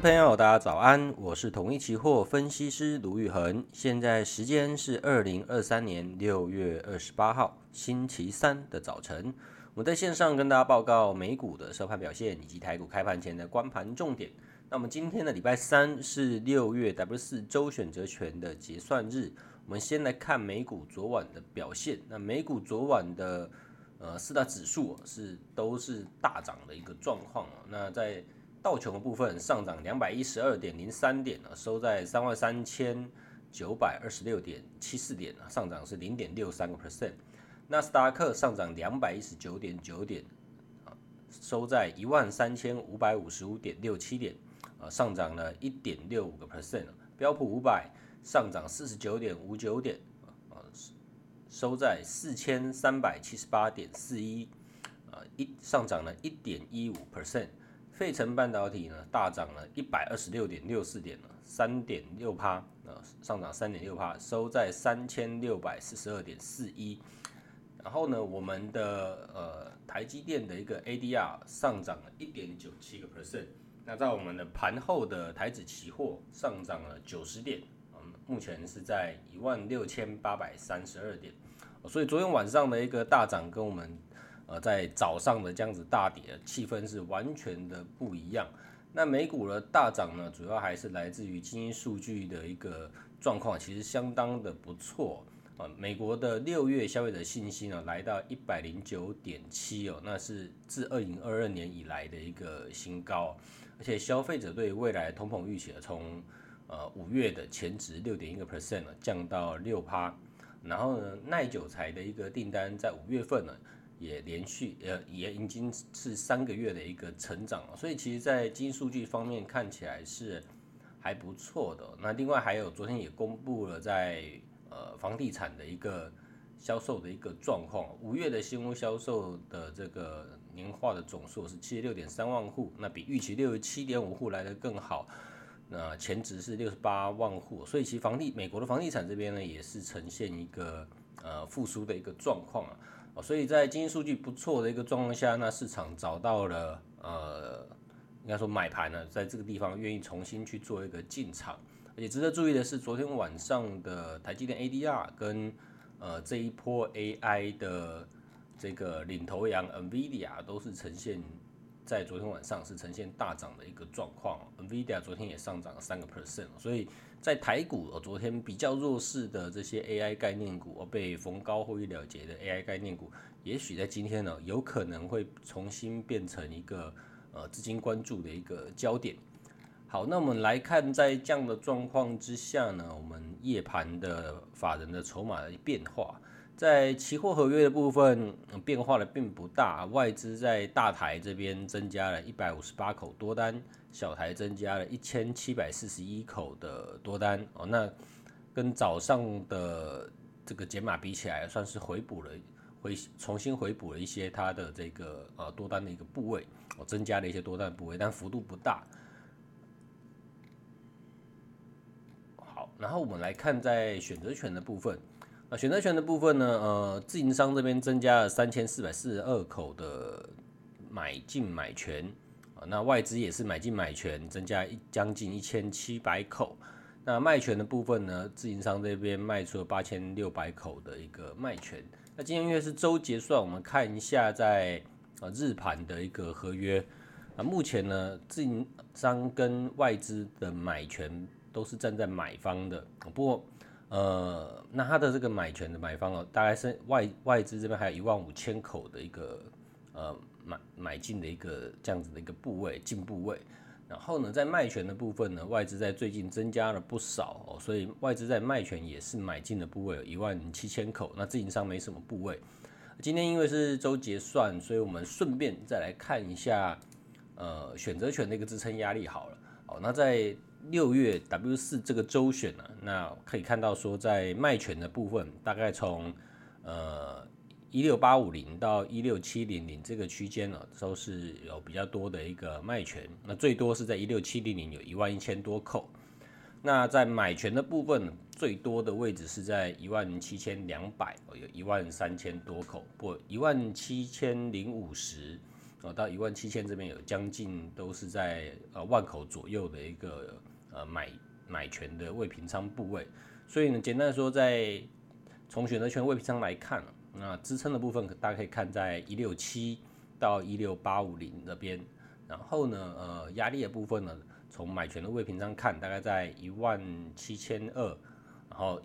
朋友，大家早安，我是统一期货分析师卢玉衡，现在时间是2023年6月28号星期三的早晨，我们在线上跟大家报告美股的收盘表现以及台股开盘前的观盘重点。那我们今天的礼拜三是6月 W4 周选择权的结算日，我们先来看美股昨晚的表现。那美股昨晚的四大指数都是大涨的一个状况。那在道琼的部分上涨212.03点，收在33926.74点，上涨是0.63%。纳斯达克上涨219.9点，收在13555.67点，上涨了1.65%。标普500上涨49.59点，收在4378.41，上涨了1.15%。费城半导体呢大涨了126.64点，3.6%，上涨3.6%，收在3642.41。然后呢，我们的台积电的一个 ADR 上涨了1.97%。那在我们的盘后的台指期货上涨了90点，目前是在16832点。所以昨天晚上的一个大涨跟我们在早上的这样子大跌，气氛是完全的不一样。那美股的大涨呢，主要还是来自于经济数据的一个状况，其实相当的不错。美国的6月消费者信心呢来到109.7哦，那是自2022年以来的一个新高，而且消费者对未来通膨预期从5月的前值6.1% 降到6%，然后呢，耐久材的一个订单在5月份呢也连续也已经是3个月的一个成长，所以其实在经济数据方面看起来是还不错的。那另外还有昨天也公布了在房地产的一个销售的一个状况，5月的新屋销售的这个年化的总数是76.3万户，那比预期67.5户来得更好。那前值是68万户，所以其实美国的房地产这边呢也是呈现一个复苏的一个状况啊。所以在经济数据不错的一个状况下，那市场找到了应该说买盘呢，在这个地方愿意重新去做一个进场。而且值得注意的是，昨天晚上的台积电 ADR 跟这一波 AI 的这个领头羊 NVIDIA 都是呈现在昨天晚上是呈现大涨的一个状况。NVIDIA 昨天也上涨了3%，所以在台股昨天比较弱势的这些 AI 概念股被逢高获利了结的 AI 概念股，也许在今天呢有可能会重新变成一个资金关注的一个焦点。好，那我们来看，在这样的状况之下呢，我们夜盘的法人的筹码的变化，在期货合约的部分变化的并不大，外资在大台这边增加了158口多单，小台增加了1741口的多单哦，那跟早上的这个减码比起来，算是重新回补了一些它的这个多单的一个部位，增加了一些多单的部位，但幅度不大。然后我们来看在选择权的部分，选择权的部分呢，自营商这边增加了3442口的买进买权，那外资也是买进买权，增加将近1700口。那卖权的部分呢，自营商这边卖出了8600口的一个卖权。那今天因为是周结算，我们看一下在日盘的一个合约，目前呢，自营商跟外资的买权都是站在买方的，不过那他的这个买权的买方大概是外资这边还有15000口的一个买进的一个这样子的一个部位进部位，然后呢，在卖权的部分呢，外资在最近增加了不少所以外资在卖权也是买进的部位有17000口，那自营商没什么部位。今天因为是周结算，所以我们顺便再来看一下选择权的一个支撑压力好了。那在6月 W4 这个周选那可以看到说，在卖权的部分，大概从16850到16700这个区间都是有比较多的一个卖权，那最多是在16700有11000多口。那在买权的部分，最多的位置是在17200，有13000多口，不17050 到17000这边有将近都是在万口左右的一个买权的未平仓部位，所以呢，简单的说，从选择权未平仓来看，那支撑的部分大家可以看在167到16850那边，然后呢，压力的部分呢，从买权的未平仓看，大概在17200，然后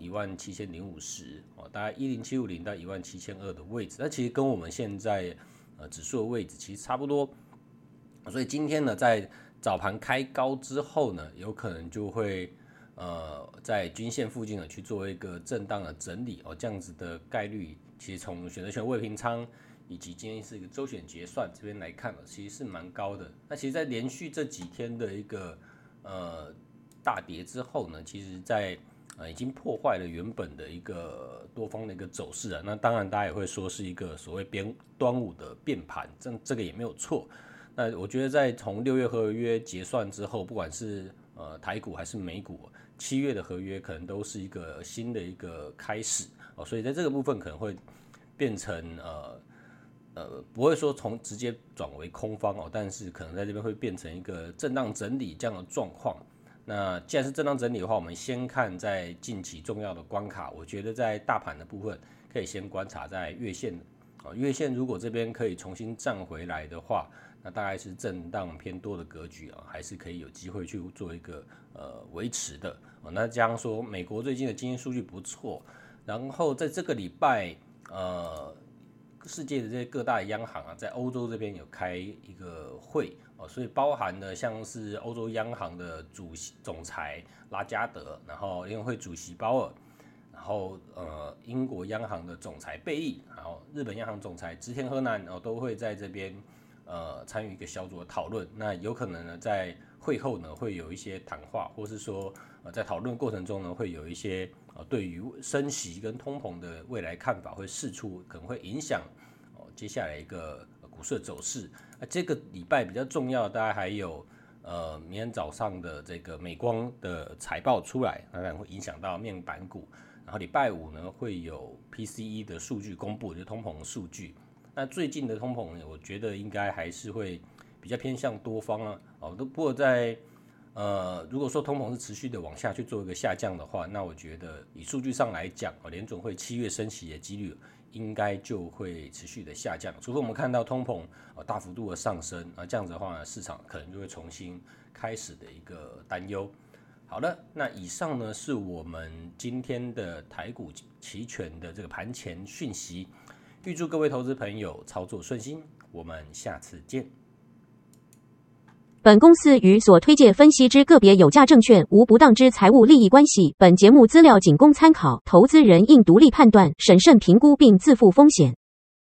17050，大概10750到17200的位置，那其实跟我们现在指数的位置其实差不多，所以今天呢，在早盘开高之后呢，有可能就会在均线附近呢去做一个震荡的整理这样子的概率，其实从选择权未平仓以及今天是一个周选结算这边来看其实是蛮高的。那其实，在连续这几天的一个大跌之后呢，其实在已经破坏了原本的一个多方的一个走势啊。那当然，大家也会说是一个所谓端午的变盘，这个也没有错。那我觉得在从6月合约结算之后，不管是台股还是美股，7月的合约可能都是一个新的一个开始所以在这个部分可能会变成不会说直接转为空方但是可能在这边会变成一个震荡整理这样的状况。那既然是震荡整理的话，我们先看在近期重要的关卡，我觉得在大盘的部分可以先观察在月线月线如果这边可以重新站回来的话，那大概是震荡偏多的格局还是可以有机会去做一个维持的那加上说美国最近的经济数据不错，然后在这个礼拜世界的这些各大央行在欧洲这边有开一个会所以包含了像是欧洲央行的总裁拉加德，然后联合会主席鲍尔，然后英国央行的总裁贝利，然后日本央行总裁植田和男都会在这边参与一个小组的讨论。那有可能呢在会后呢会有一些谈话，或是说在讨论过程中呢会有一些对于升息跟通膨的未来看法会释出，可能会影响接下来一个股市的走势。这个礼拜比较重要的大概还有明天早上的这个美光的财报出来，当然会影响到面板股。然后礼拜五呢会有 PCE 的数据公布，就是通膨的数据。那最近的通膨呢，我觉得应该还是会比较偏向多方不过在如果说通膨是持续的往下去做一个下降的话，那我觉得以数据上来讲联准会7月升息的几率应该就会持续的下降，除非我们看到通膨大幅度的上升这样子的话呢，市场可能就会重新开始的一个担忧。好了，那以上呢是我们今天的台股期权的这个盘前讯息，预祝各位投资朋友操作顺心，我们下次见。 本公司与所推介分析之个别有价证券无不当之财务利益关系，本节目资料仅供参考，投资人应独立判断、审慎评估并自负风险。